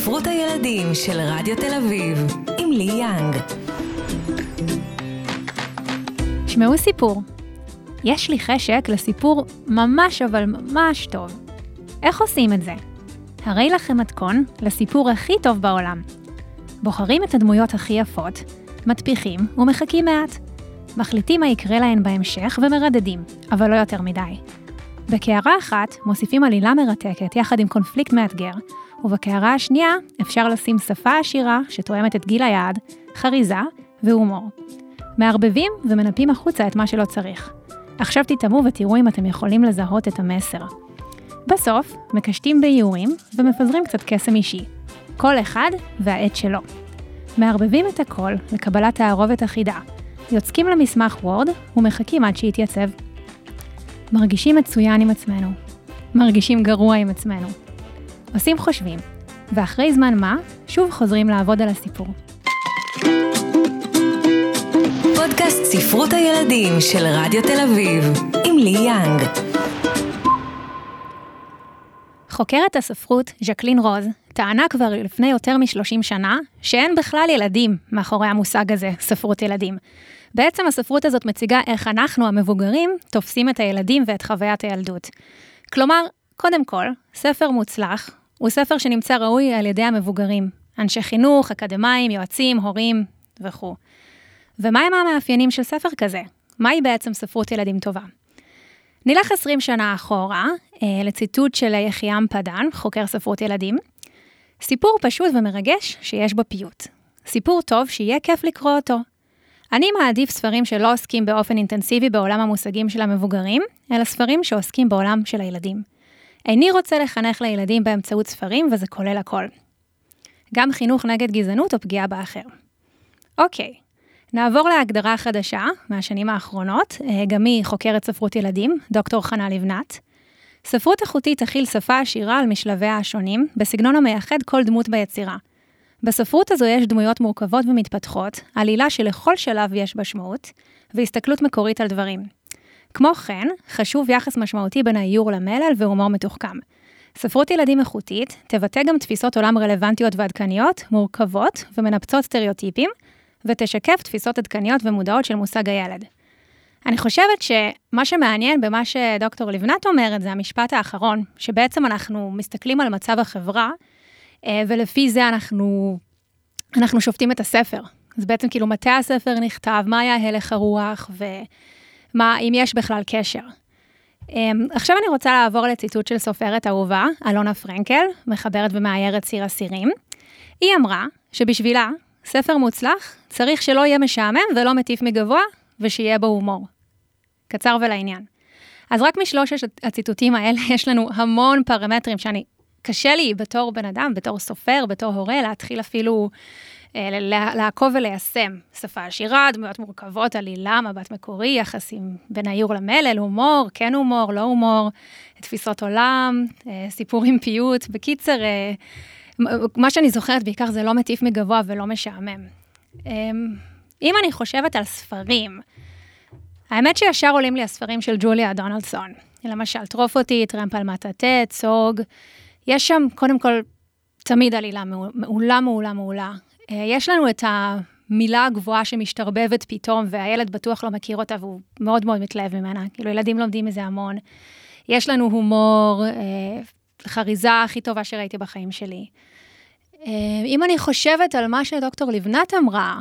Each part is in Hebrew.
ספרות הילדים של רדיו תל אביב, עם לי יאנג. שמעו סיפור. יש לי חשק לסיפור ממש אבל ממש טוב. איך עושים את זה? הרי לכם מתכון לסיפור הכי טוב בעולם. בוחרים את הדמויות הכי יפות, מטפיחים ומחכים מעט. מחליטים מה יקרה להן בהמשך ומרדדים, אבל לא יותר מדי. בקערה אחת מוסיפים עלילה מרתקת יחד עם קונפליקט מאתגר, ובקערה השנייה אפשר לשים שפה עשירה שתואמת את גיל היעד, חריזה והומור. מערבבים ומנפים החוצה את מה שלא צריך. עכשיו תתאמו ותראו אם אתם יכולים לזהות את המסר. בסוף מקשטים באיורים ומפזרים קצת קסם אישי. כל אחד והעת שלו. מערבבים את הכל לקבלת הערובת אחידה. יוצקים למסמך וורד ומחכים עד שיתייצב. מרגישים מצוין עם עצמנו. מרגישים גרוע עם עצמנו. עושים חושבים, ואחרי זמן מה, שוב חוזרים לעבוד על הסיפור. פודקאסט ספרות הילדים של רדיו תל אביב, עם לי יאנג. חוקרת הספרות, ז'קלין רוז, טענה כבר לפני יותר מ-30 שנה, שאין בכלל ילדים מאחורי המושג הזה, ספרות ילדים. בעצם הספרות הזאת מציגה איך אנחנו, המבוגרים, תופסים את הילדים ואת חוויית הילדות. כלומר, קודם כל, ספר מוצלח הוא ספר שנמצא ראוי על ידי המבוגרים, אנשי חינוך, אקדמיים, יועצים, הורים וכו'. ומהם המאפיינים של ספר כזה? מהי בעצם ספרות ילדים טובה? נלך 20 שנה אחורה, לציטוט של יחיעם פדן, חוקר ספרות ילדים. סיפור פשוט ומרגש שיש בו פיוט. סיפור טוב שיהיה כיף לקרוא אותו. אני מעדיף ספרים שלא עוסקים באופן אינטנסיבי בעולם המושגים של המבוגרים, אלא ספרים שעוסקים בעולם של הילדים. איני רוצה לחנך לילדים באמצעות ספרים, וזה כולל הכל. גם חינוך נגד גזענות או פגיעה באחר. אוקיי, נעבור להגדרה חדשה מהשנים האחרונות, גם היא חוקרת ספרות ילדים, דוקטור חנה לבנת. ספרות איכותית תכיל שפה עשירה על משלביה השונים, בסגנון המייחד כל דמות ביצירה. בספרות הזו יש דמויות מורכבות ומתפתחות, עלילה שלכל שלב יש משמעות, והסתכלות מקורית על דברים. כמו כן, חשוב יחס משמעותי בין האיור למלל והומור מתוחכם. ספרות ילדים איכותית תבטא גם תפיסות עולם רלוונטיות ועדכניות, מורכבות ומנפצות סטריאוטיפים, ותשקף תפיסות עדכניות ומודעות של מושג הילד. אני חושבת שמה שמעניין במה שדוקטור לבנת אומרת זה המשפט האחרון, שבעצם אנחנו מסתכלים על מצב החברה, ולפי זה אנחנו שופטים את הספר. אז בעצם כאילו מתי הספר נכתב, מה היה הלך הרוח, אם יש בכלל קשר. עכשיו אני רוצה לעבור לציטוט של סופרת אהובה, אלונה פרנקל, מחברת ומאיירת סיר אסירים. היא אמרה שבשבילה ספר מוצלח צריך שלא יהיה משעמם ולא מטיף מגבוה, ושיהיה בו הומור. קצר ולעניין. אז רק משלושת הציטוטים האלה יש לנו המון פרמטרים קשה לי בתור בן אדם, בתור סופר, בתור הורה, להתחיל אפילו לעקוב וליישם. שפה עשירה, דמויות מורכבות, עלילה, מבט מקורי, יחסים בין האיור למלל, הומור, כן הומור, לא הומור, תפיסות עולם, סיפור עם פיוט. בקיצר, מה שאני זוכרת בעיקר זה לא מטיף מגבוה ולא משעמם. אם אני חושבת על ספרים, האמת שישר עולים לי הספרים של ג'וליה דונלדסון. למשל, טרוף אותי, טרמפ על מטאטא, צוג. יש שם, קודם כל, תמיד עלילה מעולה. יש לנו את המילה הגבוהה שמשתרבבת פתאום, והילד בטוח לא מכיר אותה, והוא מאוד מאוד מתלהב ממנה. כאילו, ילדים לומדים מזה המון. יש לנו הומור, חריזה הכי טובה שראיתי בחיים שלי. אם אני חושבת על מה שדוקטור לבנת אמרה,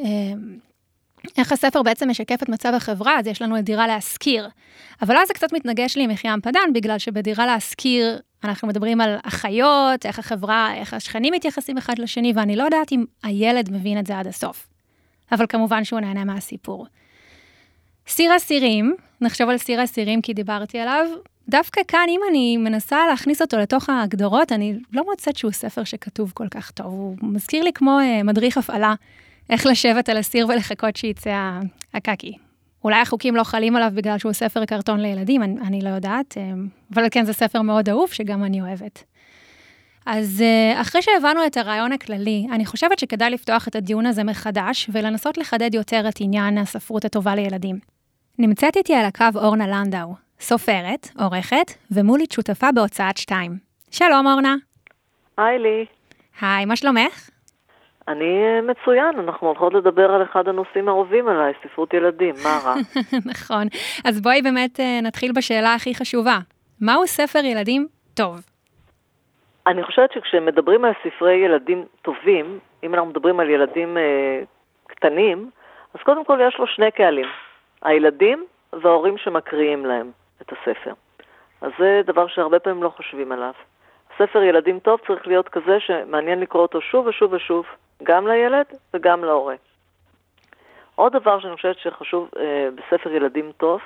איך הספר בעצם משקף את מצב החברה, אז יש לנו את דירה להשכיר. אבל אז זה קצת מתנגש לי עם יחיעם פדן, בגלל שבדירה להשכיר אנחנו מדברים על אחיות, איך החברה, איך השכנים מתייחסים אחד לשני, ואני לא יודעת אם הילד מבין את זה עד הסוף. אבל כמובן שהוא נהנה מהסיפור. סיר אסירים, נחשוב על סיר אסירים כי דיברתי עליו, דווקא כאן, אם אני מנסה להכניס אותו לתוך ההגדרות, אני לא מוצאת שהוא ספר שכתוב כל כך טוב. הוא מזכיר לי כמו מדריך הפעלה, איך לשבת על הסיר ולחכות שיצא הקקי. אולי החוקים לא חלים עליו בגלל שהוא ספר קרטון לילדים, אני לא יודעת, אבל כן זה ספר מאוד אהוב שגם אני אוהבת. אז אחרי שהבנו את הרעיון הכללי, אני חושבת שכדאי לפתוח את הדיון הזה מחדש, ולנסות לחדד יותר את עניין הספרות הטובה לילדים. נמצאת איתי על הקו אורנה לנדאו, סופרת, עורכת, ומולית שותפה בהוצאת 2. שלום אורנה. היי לי. היי, מה שלומך? אני מצוין, אנחנו הולכות לדבר על אחד הנושאים האהובים עליי, ספרות ילדים, מה רע? נכון. אז בואי באמת נתחיל בשאלה הכי חשובה. מהו ספר ילדים טוב? אני חושבת שכשמדברים על ספרי ילדים טובים, אם אנחנו מדברים על ילדים קטנים, אז קודם כל יש לו שני קהלים, הילדים וההורים שמקריאים להם את הספר. אז זה דבר שהרבה פעמים לא חושבים עליו. ספר ילדים טוב צריך להיות כזה שמעניין לקרוא אותו שוב ושוב ושוב, גם לילד וגם להורה. עוד דבר שאני חושבת שחשוב בספר ילדים טוב,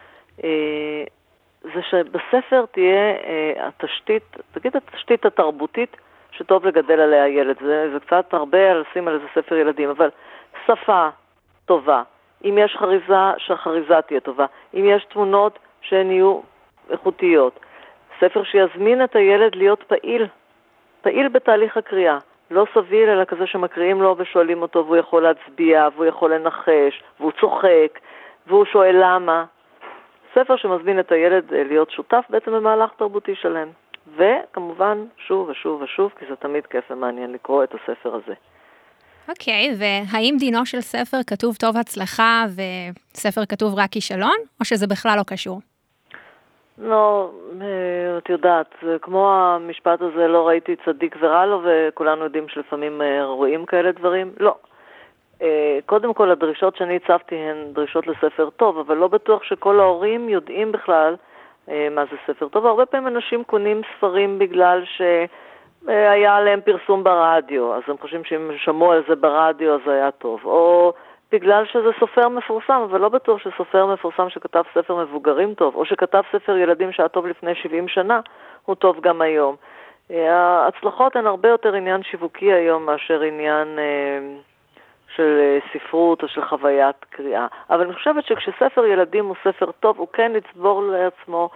זה שבספר תהיה התשתית התרבותית שטוב לגדל עליה הילד. זה קצת הרבה לשים על איזה ספר ילדים, אבל שפה טובה. אם יש חריזה, שהחריזה תהיה טובה. אם יש תמונות שהן יהיו איכותיות. ספר שיזמין את הילד להיות פעיל בתהליך הקריאה. לא סביל, אלא כזה שמקריאים לו ושואלים אותו, והוא יכול להצביע, והוא יכול לנחש, והוא צוחק, והוא שואל למה. ספר שמזמין את הילד להיות שותף בעצם במהלך תרבותי שלם. וכמובן, שוב ושוב ושוב, כי זה תמיד כיף ומעניין לקרוא את הספר הזה. אוקיי, והאם דינו של ספר כתוב טוב הצלחה וספר כתוב רק כישלון, או שזה בכלל לא קשור? לא, את יודעת, כמו המשפט הזה, לא ראיתי צדיק ורע לו, וכולנו יודעים שלפעמים רואים כאלה דברים. לא. קודם כל, הדרישות שאני הצבתי הן דרישות לספר טוב, אבל לא בטוח שכל ההורים יודעים בכלל מה זה ספר טוב. הרבה פעמים אנשים קונים ספרים בגלל שהיה עליהם פרסום ברדיו, אז הם חושבים שאם שמעו על זה ברדיו אז זה היה טוב. או בגלל שזה סופר מפורסם, אבל לא בטוח שסופר מפורסם שכתב ספר מבוגרים טוב, או שכתב ספר ילדים שהיה טוב לפני 70 שנה, הוא טוב גם היום. ההצלחות הן הרבה יותר עניין שיווקי היום מאשר עניין של ספרות או של חוויית קריאה. אבל אני חושבת שכשספר ילדים הוא ספר טוב, הוא כן יצבור לעצמו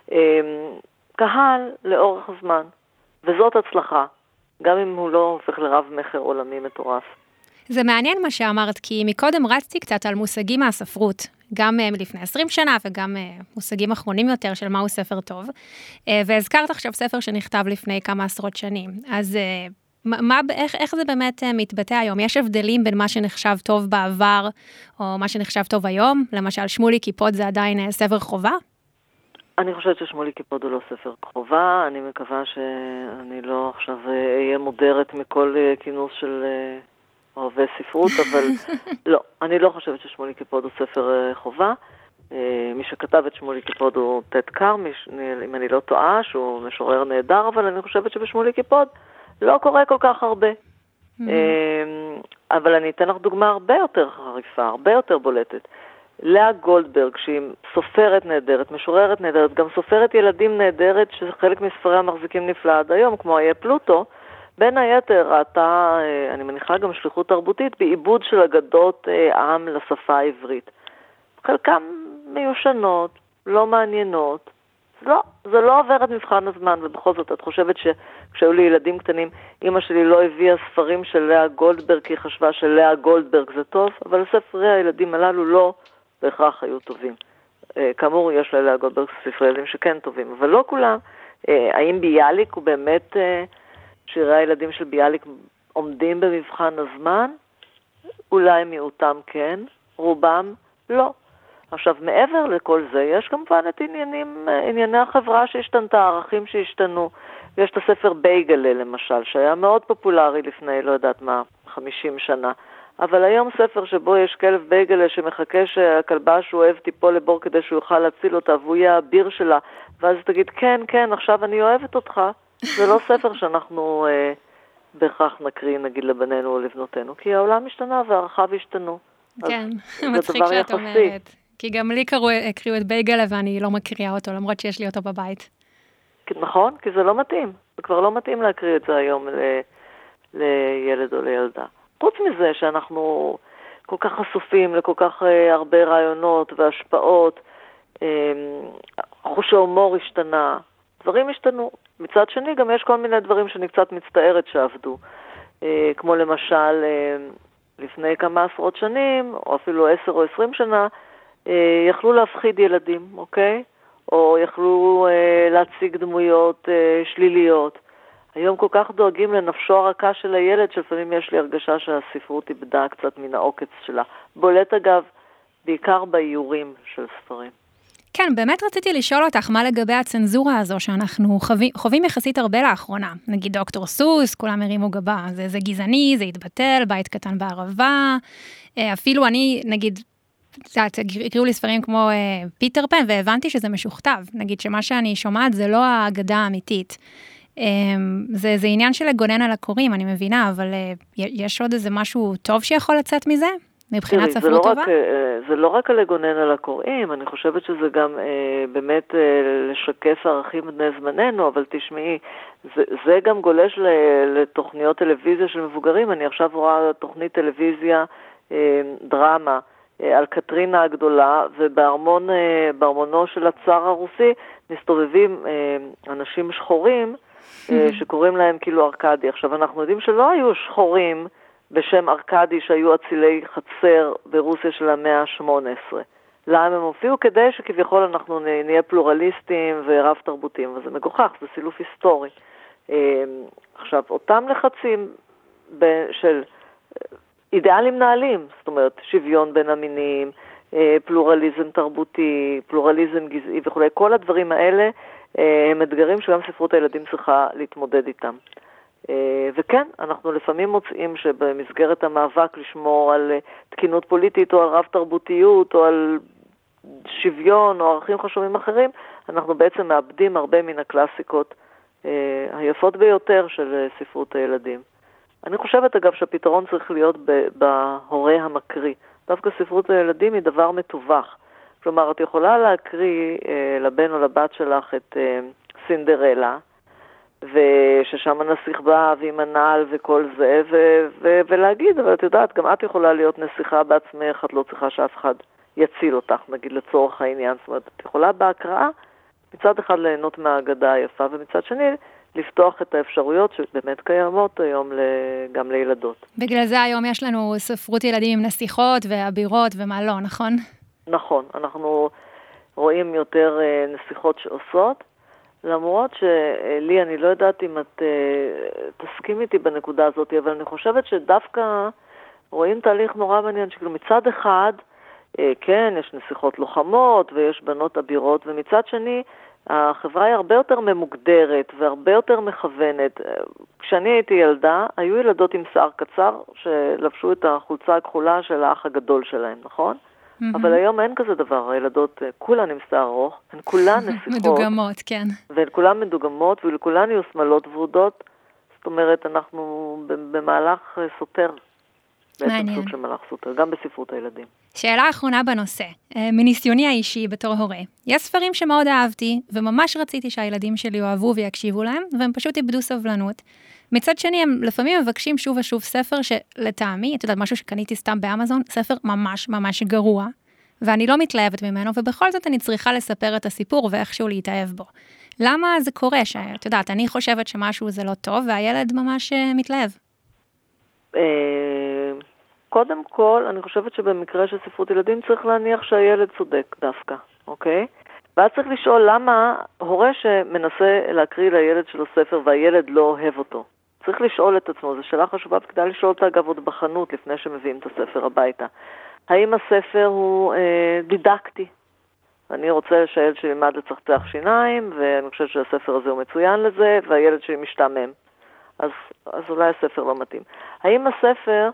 קהל לאורך הזמן. וזאת הצלחה, גם אם הוא לא הופך לרב מחר עולמי מטורף. זה מעניין מה שאמרת, כי מקודם רצתי קצת על מושגים מהספרות, גם מלפני 20 שנה וגם מושגים אחרונים יותר של מהו ספר טוב. והזכרת עכשיו ספר שנכתב לפני כמה עשרות שנים. אז איך זה באמת מתבטא היום? יש הבדלים בין מה שנחשב טוב בעבר, או מה שנחשב טוב היום? למשל, שמולי קיפוד זה עדיין ספר חובה? אני חושבת ששמולי קיפוד הוא לא ספר חובה. אני מקווה שאני לא עכשיו אהיה מודרת מכל כינוס של אוהבי ספרות, אבל לא, אני לא חושבת ששמולי קיפוד הוא ספר חובה. מי שכתב את שמולי קיפוד הוא טד קרמי, אם אני לא טועה, שהוא משורר נהדר, אבל אני חושבת שבשמולי קיפוד לא קורה כל כך הרבה. אבל אני אתן לך דוגמה הרבה יותר חריפה, הרבה יותר בולטת. לאה גולדברג, שהיא סופרת נהדרת, משוררת נהדרת, גם סופרת ילדים נהדרת, שחלק מספריה מחזיקים נפלא עד היום, כמו איה פלוטו, בין היתר ראתה, אני מניחה גם שליחות תרבותית, בעיבוד של אגדות עם לשפה העברית. חלקם מיושנות, לא מעניינות. זה לא עובר את מבחן הזמן, ובכל זאת את חושבת שכשהיו לי ילדים קטנים, אמא שלי לא הביאה ספרים של לאה גולדברג, כי היא חשבה שלאה גולדברג זה טוב, אבל ספרי הילדים הללו לא בהכרח היו טובים. כאמור, יש ללאה גולדברג ספרי ילדים שכן טובים, אבל לא כולם. האם ביאליק הוא באמת, שירי הילדים של ביאליק עומדים במבחן הזמן? אולי מיעוטם כן, רובם לא. עכשיו, מעבר לכל זה, יש כמובן את ענייני החברה שהשתנתה, הערכים שהשתנו. יש את הספר בייגלה, למשל, שהיה מאוד פופולרי לפני, לא יודעת מה, 50 שנה. אבל היום ספר שבו יש כלב בייגלה שמחכה שהכלבה שהוא אוהב טיפול לבור כדי שהוא יוכל להציל אותה, והוא יהיה האביר שלה, ואז תגיד, כן, כן, עכשיו אני אוהבת אותך. זה לא ספר שאנחנו בהכרח נקריא, נגיד, לבנינו או לבנותינו, כי העולם השתנה והערכיו השתנו. כן, מצחיק שאת אומרת. כי גם לי הקריאו את בייגלה ואני לא מקריאה אותו, למרות שיש לי אותו בבית. נכון, כי זה לא מתאים. זה כבר לא מתאים להקריא את זה היום לילד או לילדה. חוץ מזה שאנחנו כל כך חשופים לכל כך הרבה רעיונות והשפעות, חוש ההומור השתנה, דברים השתנו. מצד שני גם יש כל מיני דברים שאני קצת מצטערת שעבדו. כמו למשל, לפני כמה עשרות שנים, או אפילו 10 או 20 שנה, יכלו להפחיד ילדים, אוקיי? או יכלו להציג דמויות שליליות. היום כל כך דואגים לנפשו הרכה של הילד, שלפעמים יש לי הרגשה שהספרות איבדה קצת מן העוקץ שלה. בולט אגב, בעיקר באיורים של ספרים. כן, באמת רציתי לשאול אותך מה לגבי הצנזורה הזו שאנחנו חווים יחסית הרבה לאחרונה. נגיד דוקטור סוס, כולם הרימו גבה, זה גזעני, זה יתבטל, בית קטן בערבה. אפילו אני, נגיד, הקריאו לי ספרים כמו פיטר פן, והבנתי שזה משוכתב. נגיד שמה שאני שומעת זה לא האגדה האמיתית. זה עניין של לגונן על הקוראים, אני מבינה, אבל יש עוד איזה משהו טוב שיכול לצאת מזה? מבחינת ספרות טובה? זה לא רק לגונן על הקוראים, אני חושבת שזה גם באמת לשקף ערכים בני זמננו, אבל תשמעי, זה גם גולש לתוכניות טלוויזיה של מבוגרים. אני עכשיו רואה תוכנית טלוויזיה דרמה על קטרינה הגדולה, ובארמונו של הצאר הרוסי מסתובבים אנשים שחורים שקוראים להם כאילו ארקדי. עכשיו אנחנו יודעים שלא היו שחורים בשם ארקדי שהיו אצילי חצר ברוסיה של המאה ה-18. למה הם הופיעו? כדי שכביכול אנחנו נהיה פלורליסטים ורב תרבותיים, וזה מגוחך, זה סילוף היסטורי. עכשיו, אותם לחצים של אידיאלים נעלים, זאת אומרת, שוויון בין המינים, פלורליזם תרבותי, פלורליזם גזעי וכו', כל הדברים האלה הם אתגרים שגם ספרות הילדים צריכה להתמודד איתם. וכן, אנחנו לפעמים מוצאים שבמסגרת המאבק לשמור על תקינות פוליטית או על רב תרבותיות או על שוויון או ערכים חשובים אחרים, אנחנו בעצם מאבדים הרבה מן הקלאסיקות היפות ביותר של ספרות הילדים. אני חושבת אגב שהפתרון צריך להיות בהורה המקריא. דווקא ספרות הילדים היא דבר מתווך. כלומר, את יכולה להקריא לבן או לבת שלך את סינדרלה, וששם הנסיך בא ועם הנעל וכל זה, ולהגיד, אבל את יודעת, גם את יכולה להיות נסיכה בעצמך, את לא צריכה שאף אחד יציל אותך, נגיד לצורך העניין. זאת אומרת, את יכולה בהקראה מצד אחד ליהנות מהאגדה היפה, ומצד שני לפתוח את האפשרויות שבאמת קיימות היום גם לילדות. בגלל זה היום יש לנו ספרות ילדים עם נסיכות ואבירות ומה לא, נכון? נכון, אנחנו רואים יותר נסיכות שעושות, למרות שלי, אני לא יודעת אם את תסכים איתי בנקודה הזאת, אבל אני חושבת שדווקא רואים תהליך נורא מעניין, שכאילו מצד אחד, כן, יש נסיכות לוחמות ויש בנות אבירות, ומצד שני, החברה היא הרבה יותר ממוגדרת והרבה יותר מכוונת. כשאני הייתי ילדה, היו ילדות עם שיער קצר שלבשו את החולצה הכחולה של האח הגדול שלהם, נכון? אבל היום אין כזה דבר, הילדות כולן עם שיער ארוך, הן כולן נסיכות. מדוגמות, כן. והן כולן מדוגמות, ולכולן יהיו שמלות ורודות, זאת אומרת, אנחנו במהלך סותר. בעצם סוג של מהלך סותר, גם בספרות הילדים. שאלה אחרונה בנושא, מניסיוני האישי בתור הורה. יש ספרים שמאוד אהבתי, וממש רציתי שהילדים שלי אוהבו ויקשיבו להם, והם פשוט איבדו סבלנות. מצד שני, הם לפעמים מבקשים שוב ושוב ספר שלטעמי, את יודעת, משהו שקניתי סתם באמזון, ספר ממש ממש גרוע, ואני לא מתלהבת ממנו, ובכל זאת אני צריכה לספר את הסיפור ואיכשהו להתאהב בו. למה זה קורה? שאת יודעת, אני חושבת שמשהו זה לא טוב, והילד ממש מתלהב. קודם כל, אני חושבת שבמקרה של ספרות ילדים צריך להניח שהילד צודק דווקא, אוקיי? ואז צריך לשאול למה הורה שמנסה להקריא לילד שלו ספר והילד לא אוהב אותו. צריך לשאול את עצמו, זו שאלה חשובה, וכדאי לשאול אותה אגב עוד בחנות לפני שמביאים את הספר הביתה. האם הספר הוא דידקטי? אני רוצה שהילד שלי ילמד לצחצח שיניים, ואני חושבת שהספר הזה הוא מצוין לזה, והילד שלי משתעמם. אז אולי הספר לא מתאים. האם הספר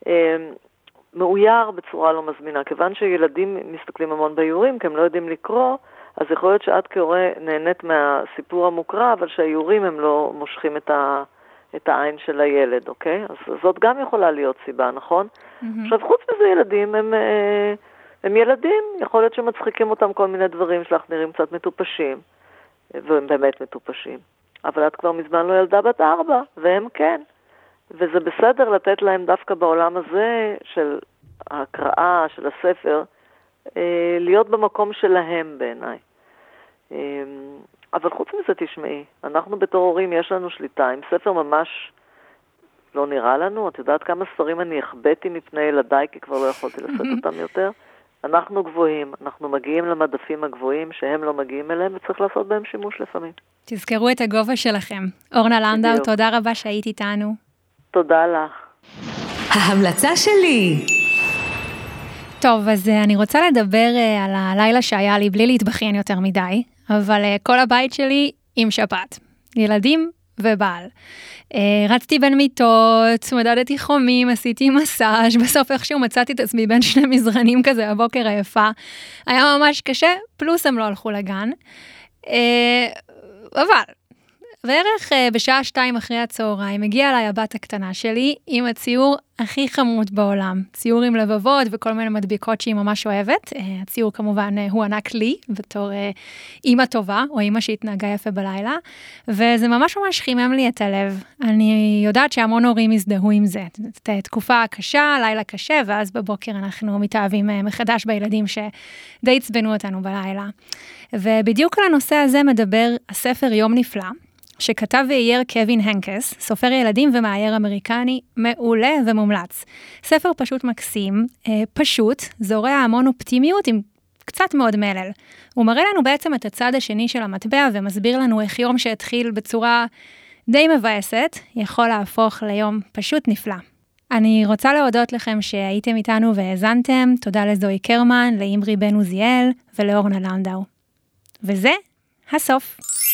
מאויר בצורה לא מזמינה? כיוון שילדים מסתכלים המון באיורים, כי הם לא יודעים לקרוא, אז יכול להיות שאת כהורה נהנית מהסיפור המוקרא, אבל שהאיורים הם לא מושכים את העין של הילד, אוקיי? אז זאת גם יכולה להיות סיבה, נכון? עכשיו, חוץ מזה ילדים הם ילדים, יכול להיות שמצחיקים אותם כל מיני דברים שלך נראים קצת מטופשים, והם באמת מטופשים. אבל את כבר מזמן לא ילדה בת 4, והם כן. וזה בסדר לתת להם דווקא בעולם הזה של ההקראה, של הספר, להיות במקום שלהם בעיניי. אבל חוץ מזה תשמעי, אנחנו בתור הורים יש לנו שליטה, אם ספר ממש לא נראה לנו, את יודעת כמה ספרים אני החבאתי מפני ילדיי, כי כבר לא יכולתי לשאת אותם יותר, אנחנו גבוהים, אנחנו מגיעים למדפים הגבוהים שהם לא מגיעים אליהם, וצריך לעשות בהם שימוש לפעמים. תזכרו את הגובה שלכם. אורנה לנדאו, תודה רבה שהיית איתנו. תודה לך. ההמלצה שלי. טוב, אז אני רוצה לדבר על הלילה שהיה לי בלי להתבכיין יותר מדי, אבל כל הבית שלי עם שפעת. ילדים ובעל. רצתי בין מיטות, מדדתי חומים, עשיתי מסאז', בסוף איכשהו מצאתי את עצמי בין שני מזרנים כזה הבוקר היפה. היה ממש קשה, פלוס הם לא הלכו לגן. אבל בערך בשעה 2 אחרי הצהריים הגיעה אליי הבת הקטנה שלי עם הציור הכי חמוד בעולם. ציור עם לבבות וכל מיני מדביקות שהיא ממש אוהבת. הציור כמובן הוא ענק לי בתור אימא טובה או אימא שהתנהגה יפה בלילה. וזה ממש ממש חימם לי את הלב. אני יודעת שהמון הורים הזדהו עם זה. תקופה קשה, לילה קשה, ואז בבוקר אנחנו מתאהבים מחדש בילדים שדי עצבנו אותנו בלילה. ובדיוק על הנושא הזה מדבר הספר יום נפלא. שכתב ואייר קווין הנקס, סופר ילדים ומאייר אמריקני מעולה ומומלץ. ספר פשוט מקסים, פשוט, זורע המון אופטימיות עם קצת מאוד מלל. הוא מראה לנו בעצם את הצד השני של המטבע ומסביר לנו איך יום שהתחיל בצורה די מבאסת, יכול להפוך ליום פשוט נפלא. אני רוצה להודות לכם שהייתם איתנו והאזנתם, תודה לזוהי קרמן, לאמרי בן עוזיאל ולאורנה לנדאו. וזה הסוף.